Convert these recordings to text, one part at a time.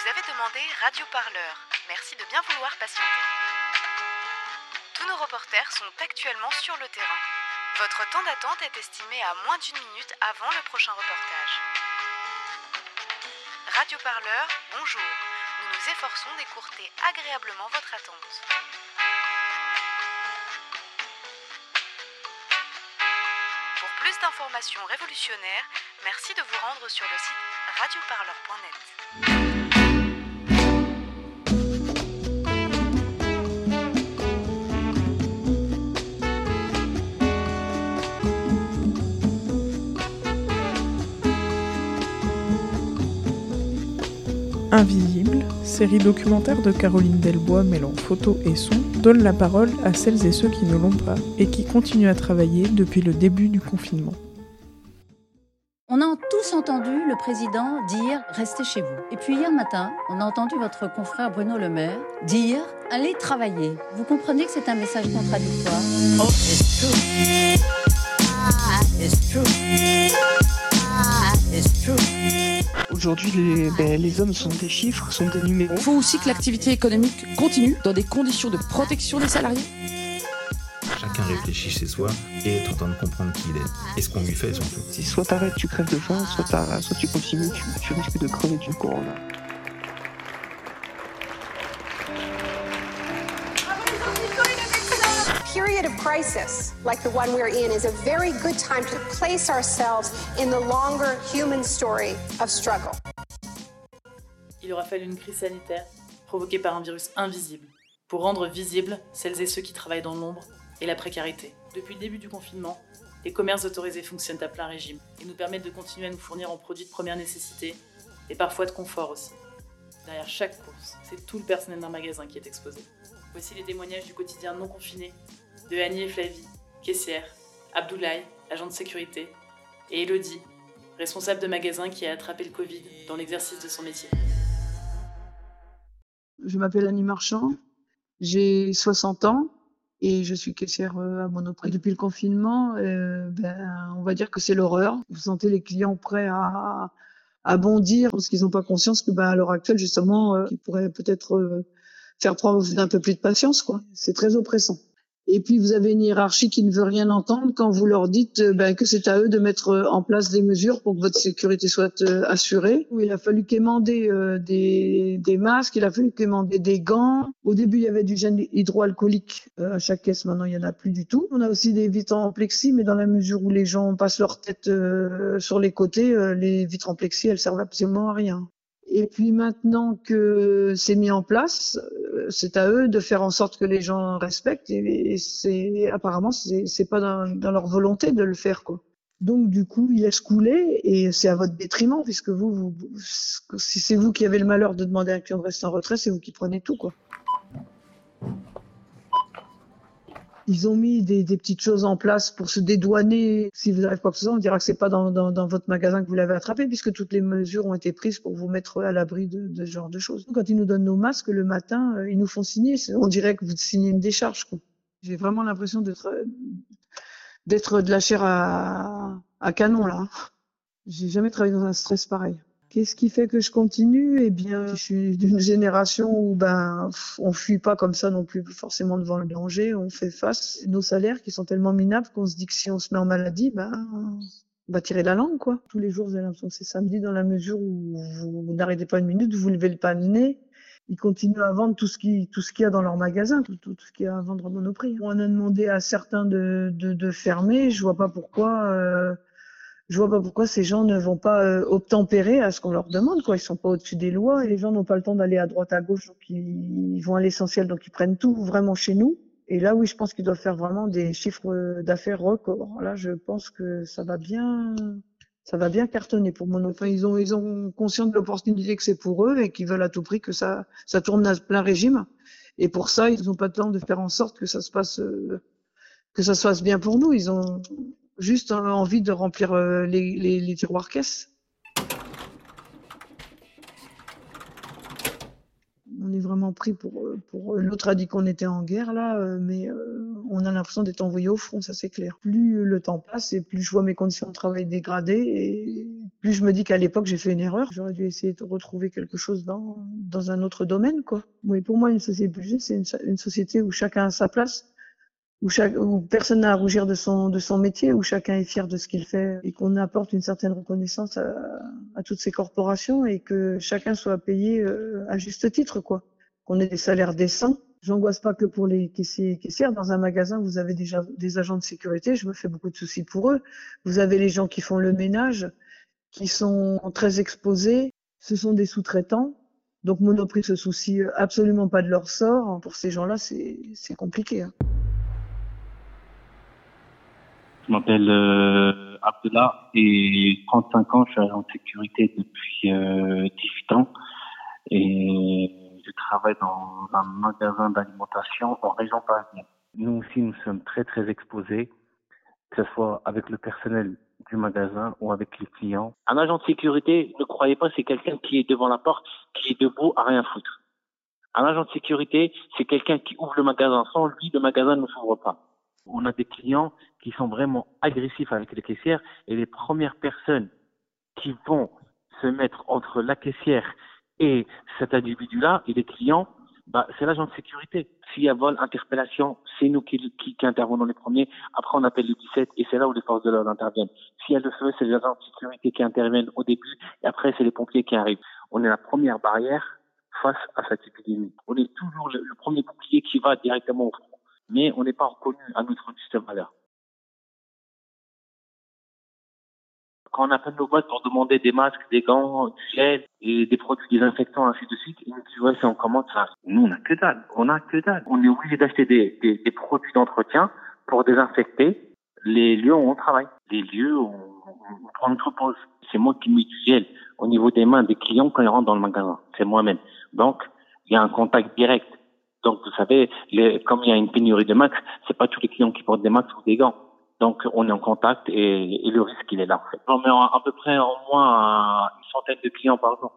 avez demandé Radio Parleur. Merci de bien vouloir patienter. Tous nos reporters sont actuellement sur le terrain. Votre temps d'attente est estimé à moins d'1 minute avant le prochain reportage. Radio Parleur, bonjour. Nous nous efforçons d'écourter agréablement votre attente. Pour plus d'informations révolutionnaires, merci de vous rendre sur le site radioparleur.net. Invisible, série documentaire de Caroline Delbois mêlant photos et sons, donne la parole à celles et ceux qui ne l'ont pas et qui continuent à travailler depuis le début du confinement. On a tous entendu le président dire « restez chez vous ». Et puis hier matin, on a entendu votre confrère Bruno Le Maire dire « allez travailler ». Vous comprenez que c'est un message contradictoire ? Oh, it's true. It's true. It's true. Aujourd'hui, les hommes sont des chiffres, sont des numéros. Il faut aussi que l'activité économique continue dans des conditions de protection des salariés. Chacun réfléchit chez soi et est en train de comprendre qui il est et ce qu'on lui fait surtout. Si soit t'arrêtes, tu crèves de faim, soit tu continues, tu risques de crever du corona. Period of crisis like the one we're in is a very good time to place ourselves in the longer human story of struggle. Il aura fallu une crise sanitaire provoquée par un virus invisible pour rendre visibles celles et ceux qui travaillent dans l'ombre et la précarité. Depuis le début du confinement, les commerces autorisés fonctionnent à plein régime et nous permettent de continuer à nous fournir en produits de première nécessité et parfois de confort aussi. Derrière chaque course, c'est tout le personnel d'un magasin qui est exposé. Voici les témoignages du quotidien non confiné de Annie et Flavie, caissières, Abdoulaye, agent de sécurité, et Elodie, responsable de magasin qui a attrapé le Covid dans l'exercice de son métier. Je m'appelle Annie Marchand, j'ai 60 ans et je suis caissière à Monoprix. Depuis le confinement, on va dire que c'est l'horreur. Vous sentez les clients prêts à bondir parce qu'ils n'ont pas conscience que à l'heure actuelle, justement, ils pourraient peut-être faire preuve d'un peu plus de patience, quoi. C'est très oppressant. Et puis vous avez une hiérarchie qui ne veut rien entendre quand vous leur dites que c'est à eux de mettre en place des mesures pour que votre sécurité soit assurée. Il a fallu quémander des masques, il a fallu quémander des gants. Au début, il y avait du gel hydroalcoolique à chaque caisse, maintenant il y en a plus du tout. On a aussi des vitres en plexi, mais dans la mesure où les gens passent leur tête sur les côtés, les vitres en plexi, elles servent absolument à rien. Et puis maintenant que c'est mis en place, c'est à eux de faire en sorte que les gens respectent et apparemment c'est pas dans leur volonté de le faire, quoi. Donc du coup, ils laissent couler et c'est à votre détriment puisque vous si c'est vous qui avez le malheur de demander à un client de rester en retrait, c'est vous qui prenez tout, quoi. Ils ont mis des petites choses en place pour se dédouaner. Si vous n'arrivez pas que ce soit, on dira que c'est pas dans votre magasin que vous l'avez attrapé, puisque toutes les mesures ont été prises pour vous mettre à l'abri de ce genre de choses. Quand ils nous donnent nos masques le matin, ils nous font signer. On dirait que vous signez une décharge, quoi. J'ai vraiment l'impression d'être de la chair à canon, là. J'ai jamais travaillé dans un stress pareil. Qu'est-ce qui fait que je continue ? Eh bien, je suis d'une génération où on fuit pas comme ça non plus forcément devant le danger, on fait face. Nos salaires qui sont tellement minables qu'on se dit que si on se met en maladie, on va tirer la langue, quoi. Tous les jours, j'ai l'impression que c'est samedi dans la mesure où vous n'arrêtez pas une minute, vous levez pas le nez. Ils continuent à vendre tout ce qu'il y a dans leur magasin, tout ce qu'il y a à vendre à Monoprix. On a demandé à certains de fermer. Je vois pas pourquoi ces gens ne vont pas obtempérer à ce qu'on leur demande, quoi. Ils sont pas au-dessus des lois et les gens n'ont pas le temps d'aller à droite à gauche, donc ils vont à l'essentiel, donc ils prennent tout vraiment chez nous. Et là, oui, je pense qu'ils doivent faire vraiment des chiffres d'affaires records. Là, je pense que ça va bien cartonner pour Monoprix. Ils ont conscience de l'opportunité que c'est pour eux et qu'ils veulent à tout prix que ça tourne à plein régime. Et pour ça, ils n'ont pas le temps de faire en sorte que ça se passe bien pour nous. Ils ont juste envie de remplir les tiroirs caisses. On est vraiment pris pour l'autre a dit qu'on était en guerre là, mais on a l'impression d'être envoyé au front, ça c'est clair. Plus le temps passe et plus je vois mes conditions de travail dégradées et plus je me dis qu'à l'époque j'ai fait une erreur. J'aurais dû essayer de retrouver quelque chose dans un autre domaine, quoi. Oui, pour moi, une société budget, c'est une société où chacun a sa place, où personne n'a à rougir de son métier, où chacun est fier de ce qu'il fait et qu'on apporte une certaine reconnaissance à toutes ces corporations et que chacun soit payé à juste titre, quoi. Qu'on ait des salaires décents. J'angoisse pas que pour les caissiers et caissières. Dans un magasin, vous avez déjà des agents de sécurité. Je me fais beaucoup de soucis pour eux. Vous avez les gens qui font le ménage, qui sont très exposés. Ce sont des sous-traitants. Donc Monoprix se soucie absolument pas de leur sort. Pour ces gens-là, c'est compliqué, hein. Je m'appelle Abdullah et 35 ans, je suis agent de sécurité depuis 18 ans et je travaille dans un magasin d'alimentation en région parisienne. Nous aussi, nous sommes très très exposés, que ce soit avec le personnel du magasin ou avec les clients. Un agent de sécurité, ne croyez pas, c'est quelqu'un qui est devant la porte, qui est debout à rien foutre. Un agent de sécurité, c'est quelqu'un qui ouvre le magasin. Sans lui, le magasin ne s'ouvre pas. On a des clients qui sont vraiment agressifs avec les caissières et les premières personnes qui vont se mettre entre la caissière et cet individu-là et les clients, c'est l'agent de sécurité. S'il y a vol, interpellation, c'est nous qui intervenons les premiers. Après, on appelle le 17 et c'est là où les forces de l'ordre interviennent. S'il y a le feu, c'est les agents de sécurité qui interviennent au début et après, c'est les pompiers qui arrivent. On est la première barrière face à cette épidémie. On est toujours le premier bouclier qui va directement au front. Mais on n'est pas reconnu à notre juste valeur. Quand on appelle nos boîtes pour demander des masques, des gants, du gel et des produits désinfectants, ainsi de suite, ils nous disent ouais, c'est en commande ça. Nous, on n'a que dalle. On est obligé d'acheter des produits d'entretien pour désinfecter les lieux où on travaille, les lieux où on prend notre pause. C'est moi qui mets du gel au niveau des mains des clients quand ils rentrent dans le magasin. C'est moi-même. Donc, il y a un contact direct. Donc, vous savez, comme il y a une pénurie de masques, c'est pas tous les clients qui portent des masques ou des gants. Donc, on est en contact et le risque, il est là, en fait. J'en mets à peu près en moins une centaine de clients par jour.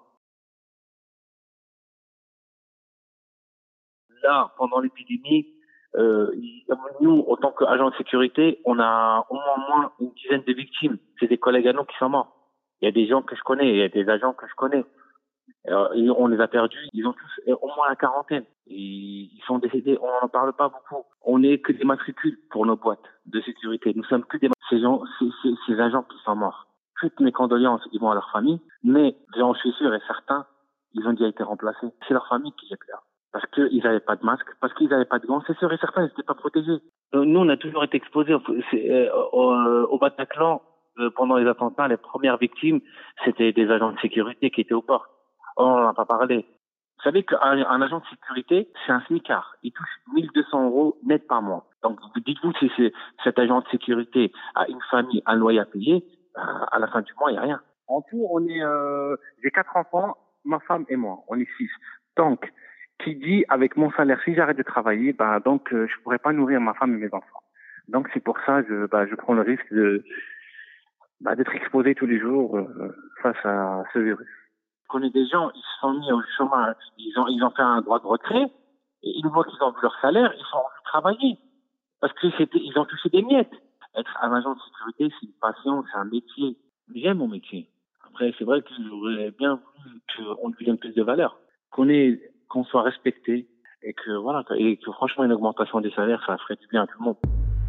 Là, pendant l'épidémie, nous, en tant qu'agents de sécurité, on a au moins une dizaine de victimes. C'est des collègues à nous qui sont morts. Il y a des gens que je connais, il y a des agents que je connais. On les a perdus, ils ont tous au moins la quarantaine. Ils sont décédés, on n'en parle pas beaucoup. On n'est que des matricules pour nos boîtes de sécurité. Nous sommes que des ces agents qui sont morts. Toutes mes condoléances, ils vont à leur famille, mais j'en suis sûr et certain, ils ont déjà été remplacés. C'est leur famille qui les pleure. Parce qu'ils n'avaient pas de masque, parce qu'ils n'avaient pas de gants, c'est sûr et certain, ils n'étaient pas protégés. Nous, on a toujours été exposés au Bataclan. Pendant les attentats, les premières victimes, c'était des agents de sécurité qui étaient au port. On n'en a pas parlé. Vous savez qu'un agent de sécurité, c'est un smicard. Il touche 1200 € net par mois. Donc, dites-vous si cet agent de sécurité a une famille, un loyer à payer, à la fin du mois, il n'y a rien. En tout, j'ai 4 enfants, ma femme et moi. On est 6. Donc, qui dit, avec mon salaire, si j'arrête de travailler, je pourrais pas nourrir ma femme et mes enfants. Donc, c'est pour ça que je prends le risque d'être exposé tous les jours face à ce virus. Je connais des gens, ils se sont mis au chômage, ils ont fait un droit de retrait, et une fois qu'ils ont vu leur salaire, ils sont revenus travailler. Parce que ils ont touché des miettes. Être un agent de sécurité, c'est une passion, c'est un métier. J'aime mon métier. Après, c'est vrai que j'aurais bien voulu qu'on lui donne plus de valeur. Qu'on soit respecté, et que franchement, une augmentation des salaires, ça ferait du bien à tout le monde.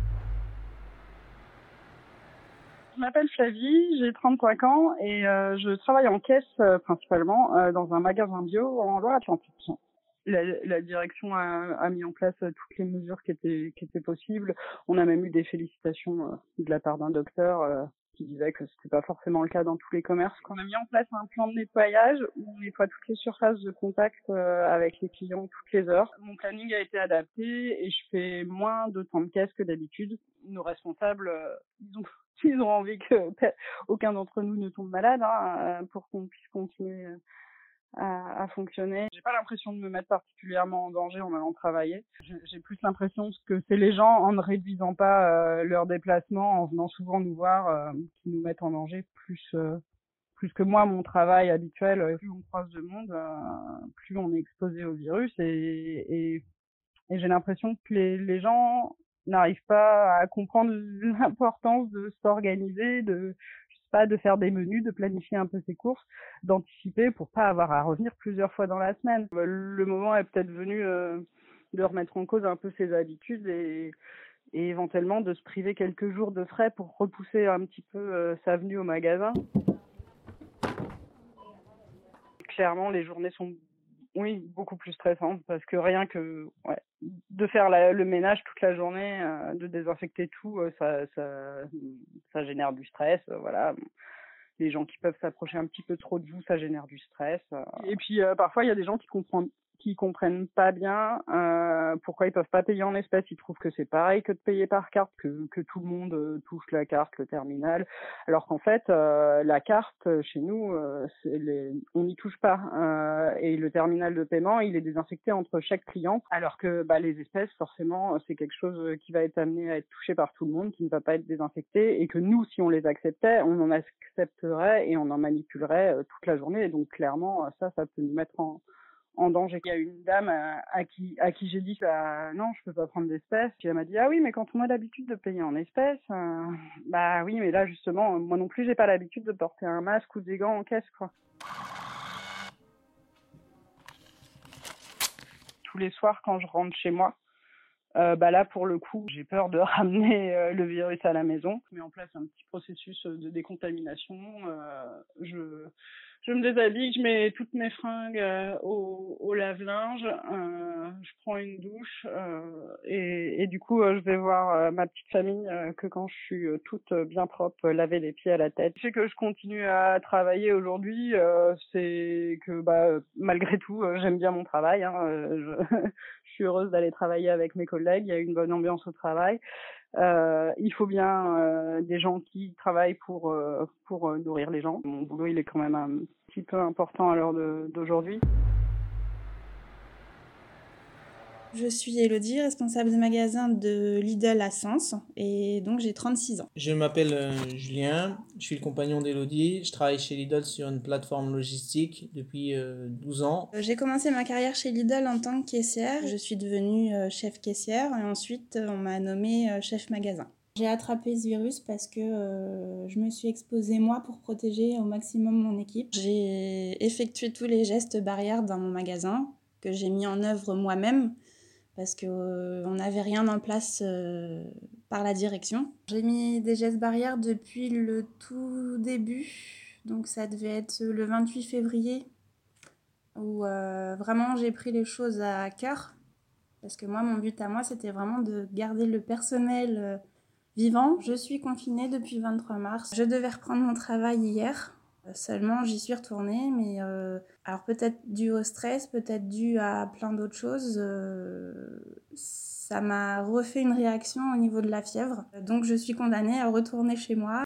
Je m'appelle Flavie, j'ai 35 ans et je travaille en caisse principalement dans un magasin bio en Loire-Atlantique. La direction a mis en place toutes les mesures qui étaient possibles. On a même eu des félicitations de la part d'un docteur qui disait que c'était pas forcément le cas dans tous les commerces. On a mis en place un plan de nettoyage où on nettoie toutes les surfaces de contact avec les clients toutes les heures. Mon planning a été adapté et je fais moins de temps de caisse que d'habitude. Nos responsables, ils ont envie que aucun d'entre nous ne tombe malade pour qu'on puisse continuer à fonctionner. J'ai pas l'impression de me mettre particulièrement en danger en allant travailler. J'ai plus l'impression que c'est les gens, en ne réduisant pas leurs déplacements, en venant souvent nous voir, qui nous mettent en danger plus plus que moi, mon travail habituel, plus on croise de monde, plus on est exposé au virus et j'ai l'impression que les gens n'arrivent pas à comprendre l'importance de s'organiser, je sais pas, de faire des menus, de planifier un peu ses courses, d'anticiper pour pas avoir à revenir plusieurs fois dans la semaine. Le moment est peut-être venu de remettre en cause un peu ses habitudes et éventuellement de se priver quelques jours de frais pour repousser un petit peu sa venue au magasin. Clairement, les journées sont beaucoup plus stressantes parce que rien que de faire le ménage toute la journée, de désinfecter tout, ça génère du stress, voilà. Les gens qui peuvent s'approcher un petit peu trop de vous, ça génère du stress. Et puis parfois il y a des gens qui comprennent pas bien pourquoi ils peuvent pas payer en espèces. Ils trouvent que c'est pareil que de payer par carte, que tout le monde touche la carte, le terminal, alors qu'en fait la carte chez nous on n'y touche pas et le terminal de paiement il est désinfecté entre chaque client, alors que les espèces forcément c'est quelque chose qui va être amené à être touché par tout le monde, qui ne va pas être désinfecté, et que nous si on les acceptait, on en accepterait et on en manipulerait toute la journée, et donc clairement ça peut nous mettre en danger. Il y a une dame à qui j'ai dit non, je peux pas prendre d'espèces. Puis elle m'a dit ah oui, mais quand on a l'habitude de payer en espèces, oui, mais là justement moi non plus j'ai pas l'habitude de porter un masque ou des gants en caisse quoi. Tous les soirs quand je rentre chez moi, là pour le coup j'ai peur de ramener le virus à la maison. Je mets en place un petit processus de décontamination. Je me déshabille, je mets toutes mes fringues au lave-linge, je prends une douche et du coup je vais voir ma petite famille que quand je suis toute bien propre, laver les pieds à la tête. C'est que je continue à travailler aujourd'hui, c'est que malgré tout j'aime bien mon travail, je suis heureuse d'aller travailler avec mes collègues, il y a une bonne ambiance au travail. Il faut bien des gens qui travaillent pour nourrir les gens. Mon boulot, il est quand même un petit peu important à l'heure d'aujourd'hui. Je suis Elodie, responsable de magasin de Lidl à Sens, et donc j'ai 36 ans. Je m'appelle Julien, je suis le compagnon d'Elodie, je travaille chez Lidl sur une plateforme logistique depuis 12 ans. J'ai commencé ma carrière chez Lidl en tant que caissière, je suis devenue chef caissière et ensuite on m'a nommée chef magasin. J'ai attrapé ce virus parce que je me suis exposée moi pour protéger au maximum mon équipe. J'ai effectué tous les gestes barrières dans mon magasin que j'ai mis en œuvre moi-même, parce qu'on n'avait rien en place par la direction. J'ai mis des gestes barrières depuis le tout début, donc ça devait être le 28 février, où vraiment j'ai pris les choses à cœur, parce que moi, mon but à moi, c'était vraiment de garder le personnel vivant. Je suis confinée depuis 23 mars. Je devais reprendre mon travail hier. Seulement, j'y suis retournée, mais alors peut-être dû au stress, peut-être dû à plein d'autres choses, ça m'a refait une réaction au niveau de la fièvre. Donc je suis condamnée à retourner chez moi.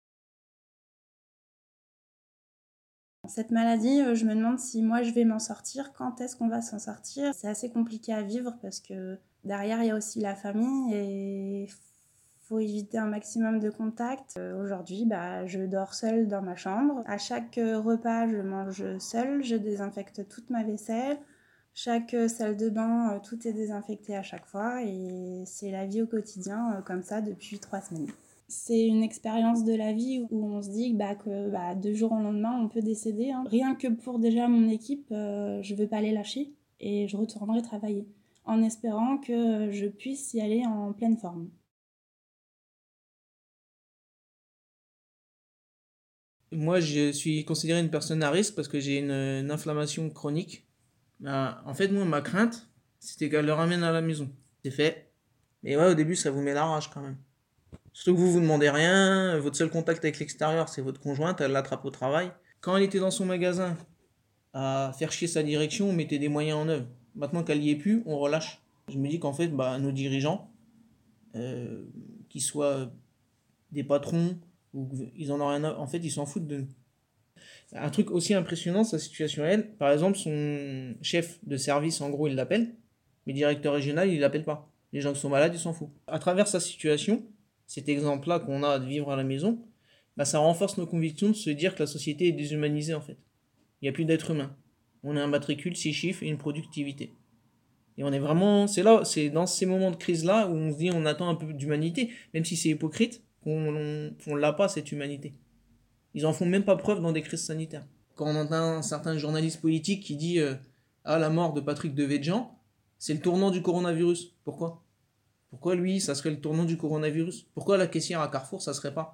Cette maladie, je me demande si moi je vais m'en sortir, quand est-ce qu'on va s'en sortir. C'est assez compliqué à vivre parce que derrière il y a aussi la famille et faut éviter un maximum de contacts. Aujourd'hui, je dors seule dans ma chambre. À chaque repas, je mange seule. Je désinfecte toute ma vaisselle. Chaque salle de bain, tout est désinfecté à chaque fois. Et c'est la vie au quotidien, comme ça, depuis 3 semaines. C'est une expérience de la vie où on se dit que de jour au lendemain, on peut décéder. Rien que pour déjà mon équipe, je ne veux pas les lâcher. Et je retournerai travailler, en espérant que je puisse y aller en pleine forme. Moi, je suis considéré une personne à risque parce que j'ai une inflammation chronique. En fait, moi, ma crainte, c'était qu'elle le ramène à la maison. C'est fait. Mais au début, ça vous met la rage quand même. Surtout que vous demandez rien, votre seul contact avec l'extérieur, c'est votre conjointe, elle l'attrape au travail. Quand elle était dans son magasin à faire chier sa direction, on mettait des moyens en œuvre. Maintenant qu'elle y est plus, on relâche. Je me dis qu'en fait, nos dirigeants, qu'ils soient des patrons, ils en ont rien en fait, ils s'en foutent de nous. Un truc aussi impressionnant, sa situation elle, par exemple, son chef de service, en gros, il l'appelle, mais directeur régional, il l'appelle pas. Les gens qui sont malades, ils s'en foutent. À travers sa situation, cet exemple-là qu'on a de vivre à la maison, ça renforce nos convictions de se dire que la société est déshumanisée en fait. Il n'y a plus d'être humain. On a un matricule, 6 chiffres et une productivité. Et on est vraiment... C'est dans ces moments de crise-là où on se dit on attend un peu d'humanité, même si c'est hypocrite, qu'on l'a pas cette humanité. Ils en font même pas preuve dans des crises sanitaires. Quand on entend un certain journaliste politique qui dit la mort de Patrick Devedjian, c'est le tournant du coronavirus. Pourquoi ? Pourquoi lui, ça serait le tournant du coronavirus ? Pourquoi la caissière à Carrefour, ça serait pas ?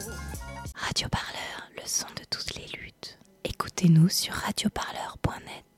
Radio Parleur, le son de toutes les luttes. Écoutez-nous sur radioparleur.net.